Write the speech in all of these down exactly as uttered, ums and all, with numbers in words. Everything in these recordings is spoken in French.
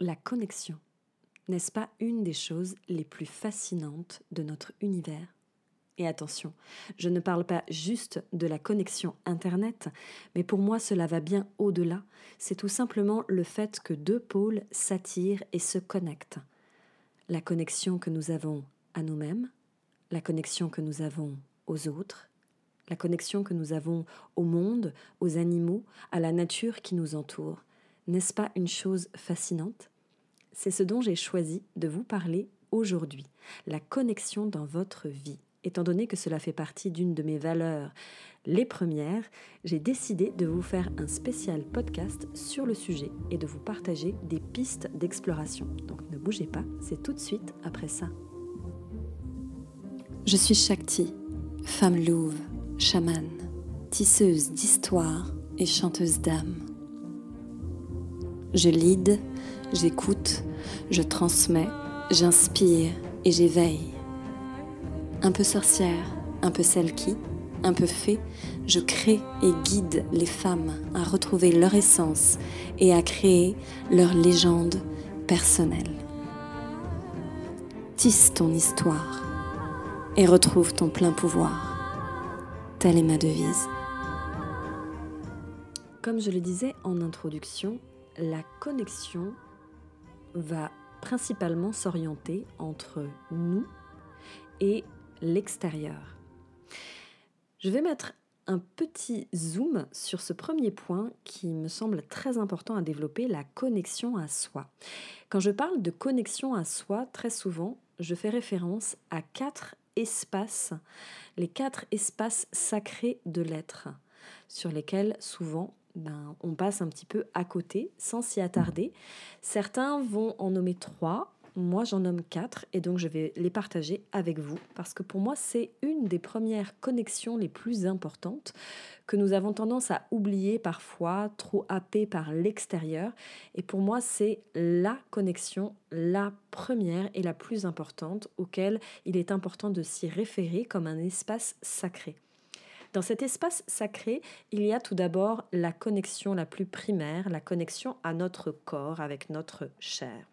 La connexion, n'est-ce pas une des choses les plus fascinantes de notre univers ? Et attention, je ne parle pas juste de la connexion Internet, mais pour moi cela va bien au-delà. C'est tout simplement le fait que deux pôles s'attirent et se connectent. La connexion que nous avons à nous-mêmes, la connexion que nous avons aux autres, la connexion que nous avons au monde, aux animaux, à la nature qui nous entoure. N'est-ce pas une chose fascinante ? C'est ce dont j'ai choisi de vous parler aujourd'hui, la connexion dans votre vie. Étant donné que cela fait partie d'une de mes valeurs, les premières, j'ai décidé de vous faire un spécial podcast sur le sujet et de vous partager des pistes d'exploration. Donc ne bougez pas, c'est tout de suite après ça. Je suis Shakti, femme louve, chamane, tisseuse d'histoires et chanteuse d'âme. Je lead, j'écoute, je transmets, j'inspire et j'éveille. Un peu sorcière, un peu celle qui, un peu fée, je crée et guide les femmes à retrouver leur essence et à créer leur légende personnelle. Tisse ton histoire et retrouve ton plein pouvoir. Telle est ma devise. Comme je le disais en introduction, la connexion va principalement s'orienter entre nous et l'extérieur. Je vais mettre un petit zoom sur ce premier point qui me semble très important à développer, la connexion à soi. Quand je parle de connexion à soi, très souvent, je fais référence à quatre espaces, les quatre espaces sacrés de l'être, sur lesquels souvent Ben, on passe un petit peu à côté sans s'y attarder. Certains vont en nommer trois, moi j'en nomme quatre et donc je vais les partager avec vous parce que pour moi c'est une des premières connexions les plus importantes que nous avons tendance à oublier parfois, trop happés par l'extérieur, et pour moi c'est la connexion la première et la plus importante auquel il est important de s'y référer comme un espace sacré. Dans cet espace sacré, il y a tout d'abord la connexion la plus primaire, la connexion à notre corps avec notre chair.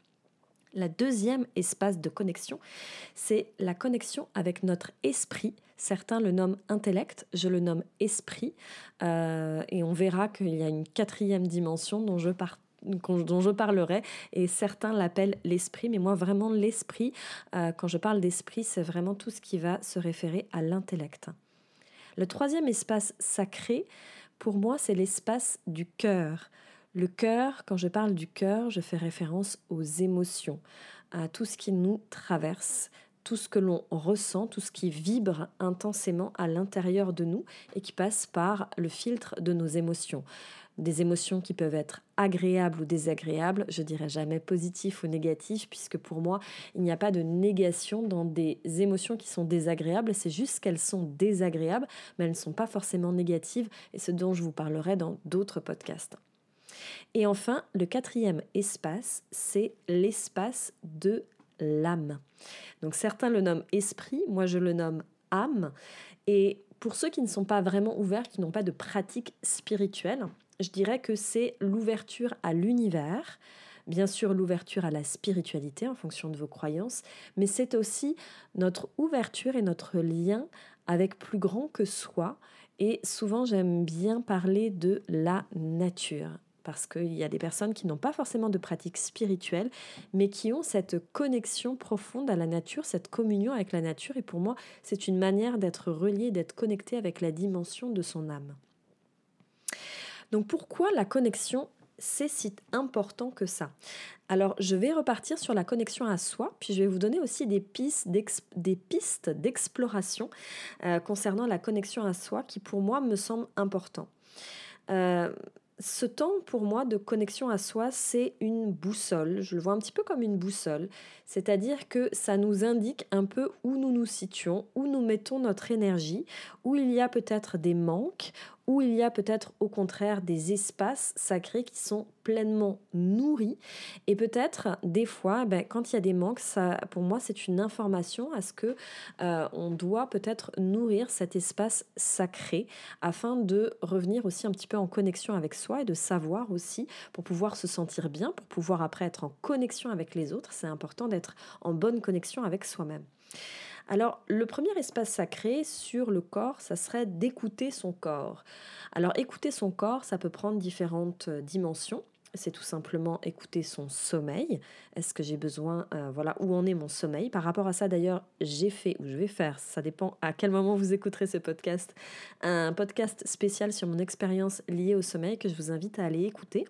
Le deuxième espace de connexion, c'est la connexion avec notre esprit. Certains le nomment intellect, je le nomme esprit. Euh, et on verra qu'il y a une quatrième dimension dont je partage. dont je parlerai, et certains l'appellent l'esprit, mais moi vraiment l'esprit, euh, quand je parle d'esprit, c'est vraiment tout ce qui va se référer à l'intellect. Le troisième espace sacré, pour moi, c'est l'espace du cœur. Le cœur, quand je parle du cœur, je fais référence aux émotions, à tout ce qui nous traverse, tout ce que l'on ressent, tout ce qui vibre intensément à l'intérieur de nous et qui passe par le filtre de nos émotions. Des émotions qui peuvent être agréables ou désagréables, je dirais jamais positif ou négatif, puisque pour moi, il n'y a pas de négation dans des émotions qui sont désagréables, c'est juste qu'elles sont désagréables, mais elles ne sont pas forcément négatives, et ce dont je vous parlerai dans d'autres podcasts. Et enfin, le quatrième espace, c'est l'espace de l'âme. Donc certains le nomment esprit, moi je le nomme âme, et pour ceux qui ne sont pas vraiment ouverts, qui n'ont pas de pratique spirituelle, je dirais que c'est l'ouverture à l'univers, bien sûr l'ouverture à la spiritualité en fonction de vos croyances, mais c'est aussi notre ouverture et notre lien avec plus grand que soi. Et souvent j'aime bien parler de la nature, parce qu'il y a des personnes qui n'ont pas forcément de pratique spirituelle, mais qui ont cette connexion profonde à la nature, cette communion avec la nature. Et pour moi, c'est une manière d'être relié, d'être connecté avec la dimension de son âme. Donc pourquoi la connexion, c'est si important que ça ? Alors je vais repartir sur la connexion à soi, puis je vais vous donner aussi des pistes, d'ex- des pistes d'exploration euh, concernant la connexion à soi qui pour moi me semble important. Euh, Ce temps pour moi de connexion à soi, c'est une boussole. Je le vois un petit peu comme une boussole. C'est-à-dire que ça nous indique un peu où nous nous situons, où nous mettons notre énergie, où il y a peut-être des manques, où il y a peut-être au contraire des espaces sacrés qui sont pleinement nourris. Et peut-être des fois, ben, quand il y a des manques, ça, pour moi, c'est une information à ce que euh, on doit peut-être nourrir cet espace sacré afin de revenir aussi un petit peu en connexion avec soi et de savoir aussi, pour pouvoir se sentir bien, pour pouvoir après être en connexion avec les autres, c'est important d'être en bonne connexion avec soi-même. Alors, le premier espace sacré sur le corps, ça serait d'écouter son corps. Alors, écouter son corps, ça peut prendre différentes euh, dimensions. C'est tout simplement écouter son sommeil. Est-ce que j'ai besoin, euh, voilà, où en est mon sommeil? Par rapport à ça, d'ailleurs, j'ai fait, ou je vais faire, ça dépend à quel moment vous écouterez ce podcast, un podcast spécial sur mon expérience liée au sommeil que je vous invite à aller écouter.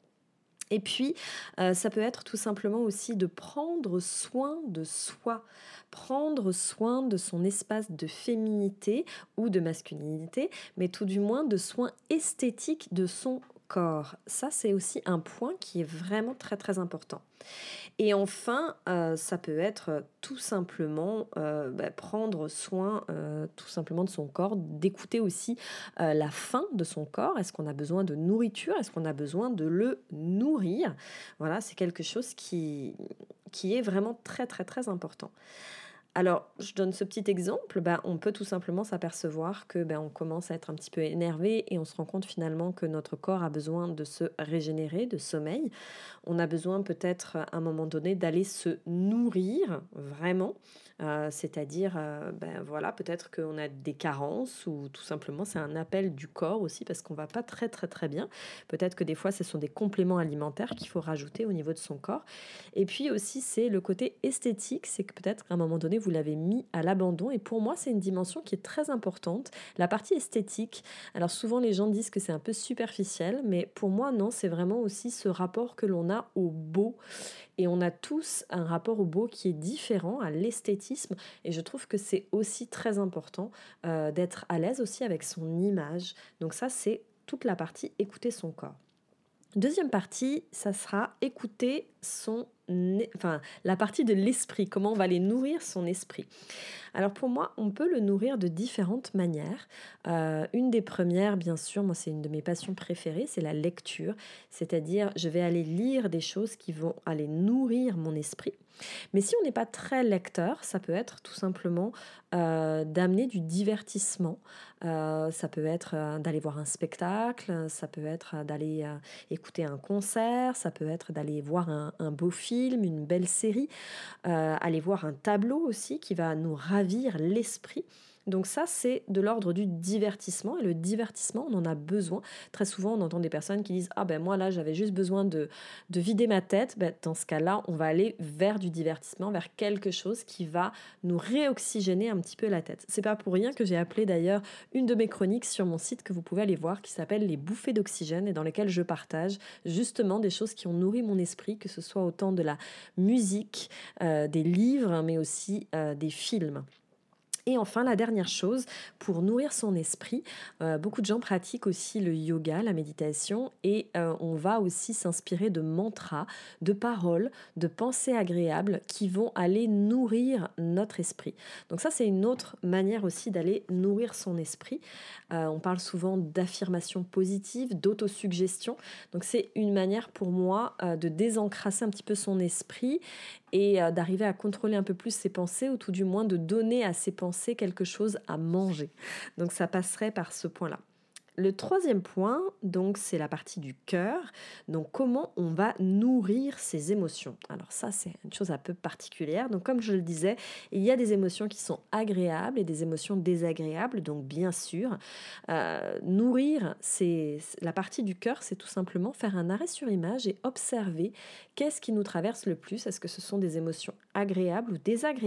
Et puis, euh, ça peut être tout simplement aussi de prendre soin de soi, prendre soin de son espace de féminité ou de masculinité, mais tout du moins de soins esthétiques de son corps. Ça, c'est aussi un point qui est vraiment très très important. Et enfin, euh, ça peut être tout simplement euh, bah, prendre soin euh, tout simplement de son corps, d'écouter aussi euh, la faim de son corps. Est-ce qu'on a besoin de nourriture? Est-ce qu'on a besoin de le nourrir? Voilà, c'est quelque chose qui, qui est vraiment très très très important. Alors, je donne ce petit exemple, bah, on peut tout simplement s'apercevoir que bah, on commence à être un petit peu énervé et on se rend compte finalement que notre corps a besoin de se régénérer, de sommeil. On a besoin peut-être à un moment donné d'aller se nourrir vraiment, euh, c'est-à-dire euh, ben voilà, peut-être qu'on a des carences ou tout simplement c'est un appel du corps aussi parce qu'on va pas très très très bien. Peut-être que des fois ce sont des compléments alimentaires qu'il faut rajouter au niveau de son corps. Et puis aussi c'est le côté esthétique, c'est que peut-être qu'à un moment donné vous l'avez mis à l'abandon et pour moi c'est une dimension qui est très importante. La partie esthétique, alors souvent les gens disent que c'est un peu superficiel, mais pour moi non, c'est vraiment aussi ce rapport que l'on a au beau. Et on a tous un rapport au beau qui est différent, à l'esthétisme. Et je trouve que c'est aussi très important euh, d'être à l'aise aussi avec son image. Donc ça, c'est toute la partie écouter son corps. Deuxième partie, ça sera écouter son, enfin, la partie de l'esprit, comment on va aller nourrir son esprit. Alors pour moi, on peut le nourrir de différentes manières. Euh, une des premières, bien sûr, moi c'est une de mes passions préférées, c'est la lecture. C'est-à-dire, je vais aller lire des choses qui vont aller nourrir mon esprit. Mais si on n'est pas très lecteur, ça peut être tout simplement euh, d'amener du divertissement. Euh, ça peut être euh, d'aller voir un spectacle, ça peut être euh, d'aller euh, écouter un concert, ça peut être d'aller voir un, un beau film, une belle série, euh, aller voir un tableau aussi qui va nous ravir l'esprit. Donc ça, c'est de l'ordre du divertissement. Et le divertissement, on en a besoin. Très souvent, on entend des personnes qui disent « Ah ben moi, là, j'avais juste besoin de, de vider ma tête. » Ben, dans ce cas-là, on va aller vers du divertissement, vers quelque chose qui va nous réoxygéner un petit peu la tête. C'est pas pour rien que j'ai appelé d'ailleurs une de mes chroniques sur mon site que vous pouvez aller voir, qui s'appelle « Les bouffées d'oxygène » et dans lesquelles je partage justement des choses qui ont nourri mon esprit, que ce soit autant de la musique, euh, des livres, mais aussi euh, des films. Et enfin, la dernière chose, pour nourrir son esprit, euh, beaucoup de gens pratiquent aussi le yoga, la méditation, et euh, on va aussi s'inspirer de mantras, de paroles, de pensées agréables qui vont aller nourrir notre esprit. Donc ça, c'est une autre manière aussi d'aller nourrir son esprit. Euh, on parle souvent d'affirmations positives, d'autosuggestion. Donc c'est une manière pour moi euh, de désencrasser un petit peu son esprit et euh, d'arriver à contrôler un peu plus ses pensées ou tout du moins de donner à ses pensées quelque chose à manger. Donc ça passerait par ce point-là. Le troisième point, donc, c'est la partie du cœur. Donc, comment on va nourrir ses émotions. Alors ça, c'est une chose un peu particulière. Donc, comme je le disais, il y a des émotions qui sont agréables et des émotions désagréables. Donc, bien sûr, euh, nourrir c'est, la partie du cœur, c'est tout simplement faire un arrêt sur image et observer qu'est-ce qui nous traverse le plus. Est-ce que ce sont des émotions agréables ou désagréables ?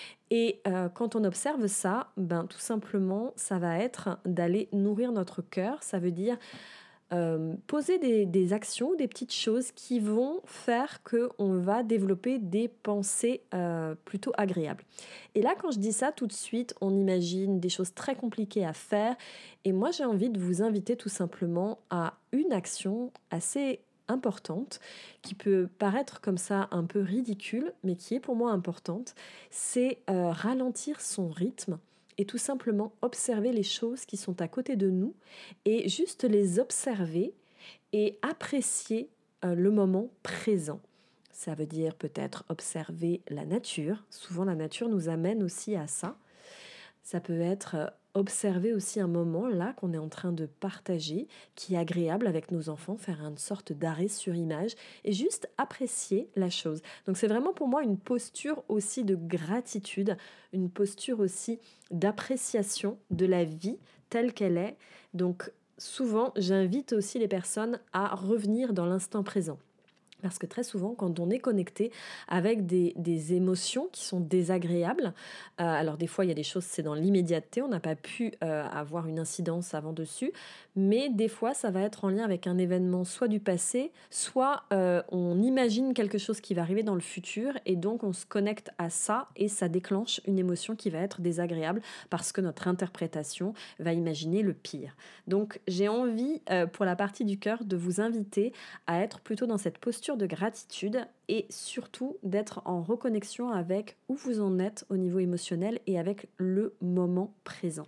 Et euh, quand on observe ça, ben, tout simplement, ça va être d'aller nourrir notre cœur. Ça veut dire euh, poser des, des actions, des petites choses qui vont faire qu'on va développer des pensées euh, plutôt agréables. Et là, quand je dis ça, tout de suite, on imagine des choses très compliquées à faire. Et moi, j'ai envie de vous inviter tout simplement à une action assez importante, qui peut paraître comme ça un peu ridicule, mais qui est pour moi importante, c'est euh, ralentir son rythme et tout simplement observer les choses qui sont à côté de nous et juste les observer et apprécier euh, le moment présent. Ça veut dire peut-être observer la nature. Souvent, la nature nous amène aussi à ça. Ça peut être euh, observer aussi un moment là qu'on est en train de partager, qui est agréable avec nos enfants, faire une sorte d'arrêt sur image et juste apprécier la chose. Donc c'est vraiment pour moi une posture aussi de gratitude, une posture aussi d'appréciation de la vie telle qu'elle est. Donc souvent, j'invite aussi les personnes à revenir dans l'instant présent. Parce que très souvent, quand on est connecté avec des, des émotions qui sont désagréables, euh, alors des fois il y a des choses, c'est dans l'immédiateté, on n'a pas pu euh, avoir une incidence avant dessus, mais des fois ça va être en lien avec un événement soit du passé, soit euh, on imagine quelque chose qui va arriver dans le futur et donc on se connecte à ça et ça déclenche une émotion qui va être désagréable parce que notre interprétation va imaginer le pire. Donc j'ai envie euh, pour la partie du cœur de vous inviter à être plutôt dans cette posture de gratitude et surtout d'être en reconnexion avec où vous en êtes au niveau émotionnel et avec le moment présent.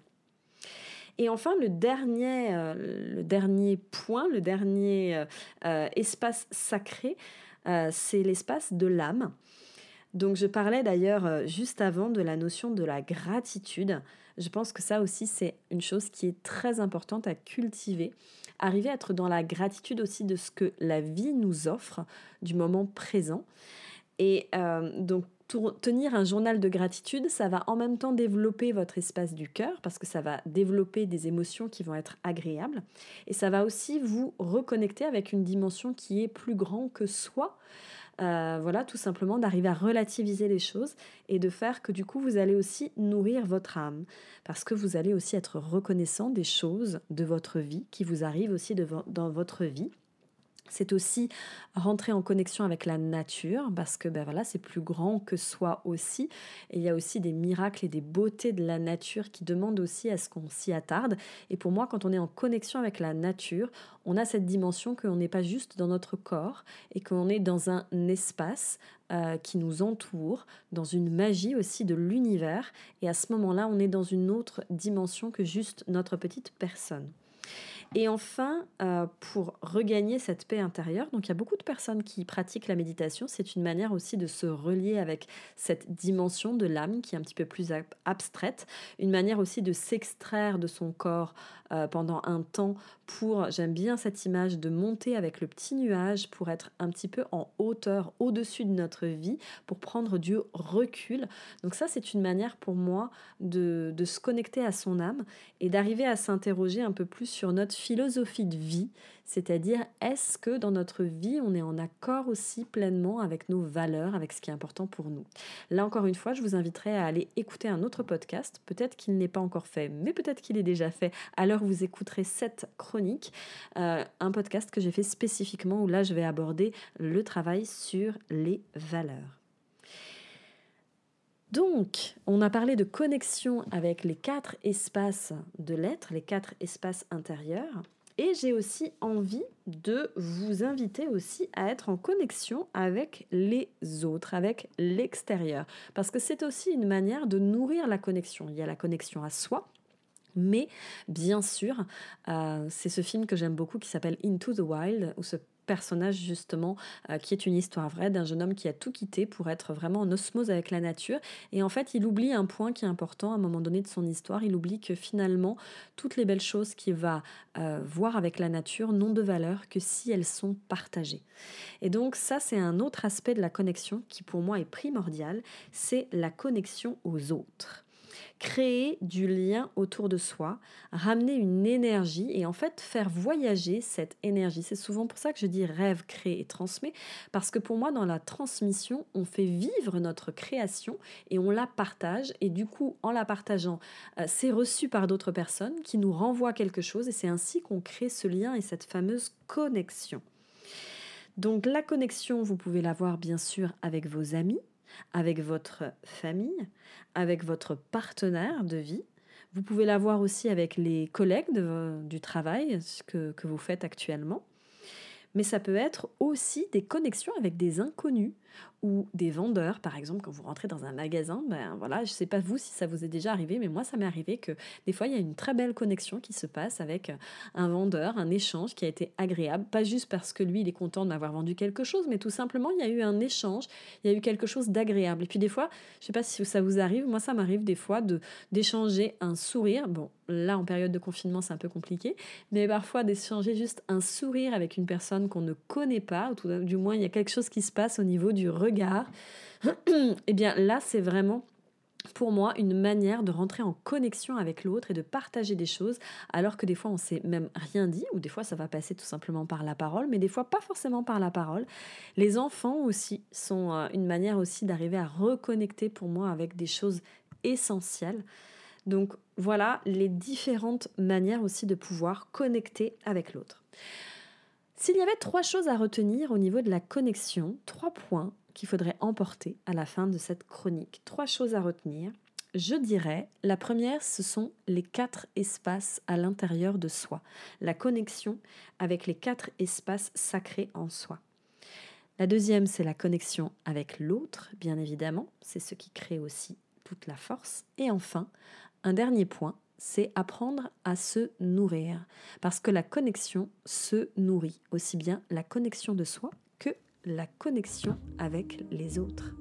Et enfin, le dernier, euh, le dernier point, le dernier euh, espace sacré, euh, c'est l'espace de l'âme. Donc je parlais d'ailleurs euh, juste avant de la notion de la gratitude. Je pense que ça aussi, c'est une chose qui est très importante à cultiver. Arriver à être dans la gratitude aussi de ce que la vie nous offre, du moment présent. Et euh, donc, tenir un journal de gratitude, ça va en même temps développer votre espace du cœur, parce que ça va développer des émotions qui vont être agréables. Et ça va aussi vous reconnecter avec une dimension qui est plus grande que soi. Euh, voilà, tout simplement d'arriver à relativiser les choses et de faire que du coup vous allez aussi nourrir votre âme parce que vous allez aussi être reconnaissant des choses de votre vie qui vous arrivent aussi de vo- dans votre vie. C'est aussi rentrer en connexion avec la nature parce que ben voilà, c'est plus grand que soi aussi. Et il y a aussi des miracles et des beautés de la nature qui demandent aussi à ce qu'on s'y attarde. Et pour moi, quand on est en connexion avec la nature, on a cette dimension qu'on n'est pas juste dans notre corps et qu'on est dans un espace euh, qui nous entoure, dans une magie aussi de l'univers. Et à ce moment-là, on est dans une autre dimension que juste notre petite personne. Et enfin, euh, pour regagner cette paix intérieure, donc il y a beaucoup de personnes qui pratiquent la méditation. C'est une manière aussi de se relier avec cette dimension de l'âme qui est un petit peu plus ab- abstraite. Une manière aussi de s'extraire de son corps euh, pendant un temps pour, j'aime bien cette image, de monter avec le petit nuage pour être un petit peu en hauteur, au-dessus de notre vie, pour prendre du recul. Donc ça, c'est une manière pour moi de, de se connecter à son âme et d'arriver à s'interroger un peu plus sur notre philosophie de vie, c'est-à-dire est-ce que dans notre vie, on est en accord aussi pleinement avec nos valeurs, avec ce qui est important pour nous. Là encore une fois, je vous inviterai à aller écouter un autre podcast, peut-être qu'il n'est pas encore fait, mais peut-être qu'il est déjà fait, alors vous écouterez cette chronique, euh, un podcast que j'ai fait spécifiquement où là je vais aborder le travail sur les valeurs. Donc, on a parlé de connexion avec les quatre espaces de l'être, les quatre espaces intérieurs. Et j'ai aussi envie de vous inviter aussi à être en connexion avec les autres, avec l'extérieur. Parce que c'est aussi une manière de nourrir la connexion. Il y a la connexion à soi. Mais bien sûr, euh, c'est ce film que j'aime beaucoup qui s'appelle Into the Wild, où ce personnage justement euh, qui est une histoire vraie d'un jeune homme qui a tout quitté pour être vraiment en osmose avec la nature et en fait il oublie un point qui est important à un moment donné de son histoire, il oublie que finalement toutes les belles choses qu'il va euh, voir avec la nature n'ont de valeur que si elles sont partagées. Et donc ça c'est un autre aspect de la connexion qui pour moi est primordial, c'est la connexion aux autres. Créer du lien autour de soi, ramener une énergie et en fait faire voyager cette énergie. C'est souvent pour ça que je dis rêve, crée et transmet, parce que pour moi dans la transmission, on fait vivre notre création et on la partage et du coup en la partageant, euh, c'est reçu par d'autres personnes qui nous renvoient quelque chose et c'est ainsi qu'on crée ce lien et cette fameuse connexion. Donc la connexion, vous pouvez l'avoir bien sûr avec vos amis, avec votre famille, avec votre partenaire de vie. Vous pouvez l'avoir aussi avec les collègues de, du travail, ce que, que vous faites actuellement. Mais ça peut être aussi des connexions avec des inconnus ou des vendeurs. Par exemple, quand vous rentrez dans un magasin, ben voilà, je ne sais pas vous si ça vous est déjà arrivé, mais moi ça m'est arrivé que des fois il y a une très belle connexion qui se passe avec un vendeur, un échange qui a été agréable, pas juste parce que lui il est content de m'avoir vendu quelque chose, mais tout simplement il y a eu un échange, il y a eu quelque chose d'agréable. Et puis des fois, je ne sais pas si ça vous arrive, moi ça m'arrive des fois de d'échanger un sourire. Bon, là en période de confinement c'est un peu compliqué, mais parfois d'échanger juste un sourire avec une personne qu'on ne connaît pas, ou tout, du moins il y a quelque chose qui se passe au niveau du regard. Et bien là c'est vraiment pour moi une manière de rentrer en connexion avec l'autre et de partager des choses, alors que des fois on s'est même rien dit, ou des fois ça va passer tout simplement par la parole, mais des fois pas forcément par la parole. Les enfants aussi sont euh, une manière aussi d'arriver à reconnecter pour moi avec des choses essentielles. Donc voilà les différentes manières aussi de pouvoir connecter avec l'autre. S'il y avait trois choses à retenir au niveau de la connexion, trois points qu'il faudrait emporter à la fin de cette chronique, trois choses à retenir, je dirais, la première, ce sont les quatre espaces à l'intérieur de soi, la connexion avec les quatre espaces sacrés en soi. La deuxième, c'est la connexion avec l'autre, bien évidemment, c'est ce qui crée aussi toute la force. Et enfin, un dernier point, c'est apprendre à se nourrir. Parce que la connexion se nourrit, aussi bien la connexion de soi que la connexion avec les autres.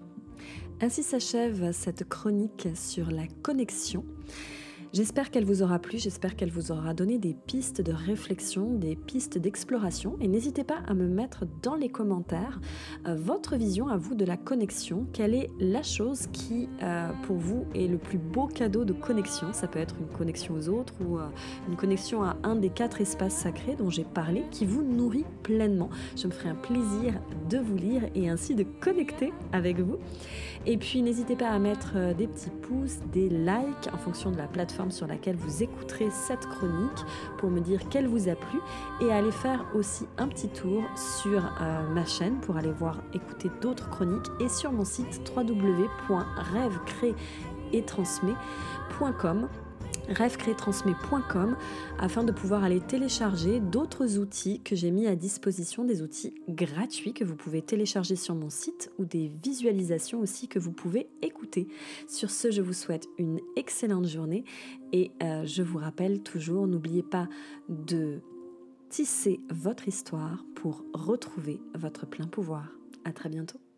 Ainsi s'achève cette chronique sur la connexion. J'espère qu'elle vous aura plu, j'espère qu'elle vous aura donné des pistes de réflexion, des pistes d'exploration. Et n'hésitez pas à me mettre dans les commentaires euh, votre vision à vous de la connexion. Quelle est la chose qui, euh, pour vous, est le plus beau cadeau de connexion ? Ça peut être une connexion aux autres ou euh, une connexion à un des quatre espaces sacrés dont j'ai parlé, qui vous nourrit pleinement. Je me ferai un plaisir de vous lire et ainsi de connecter avec vous. Et puis n'hésitez pas à mettre des petits pouces, des likes en fonction de la plateforme sur laquelle vous écouterez cette chronique pour me dire qu'elle vous a plu, et à aller faire aussi un petit tour sur euh, ma chaîne pour aller voir, écouter d'autres chroniques, et sur mon site w w w point rêve crée et transmet point com rêve crée transmet point com afin de pouvoir aller télécharger d'autres outils que j'ai mis à disposition, des outils gratuits que vous pouvez télécharger sur mon site ou des visualisations aussi que vous pouvez écouter. Sur ce, je vous souhaite une excellente journée et euh, je vous rappelle toujours, n'oubliez pas de tisser votre histoire pour retrouver votre plein pouvoir. À très bientôt.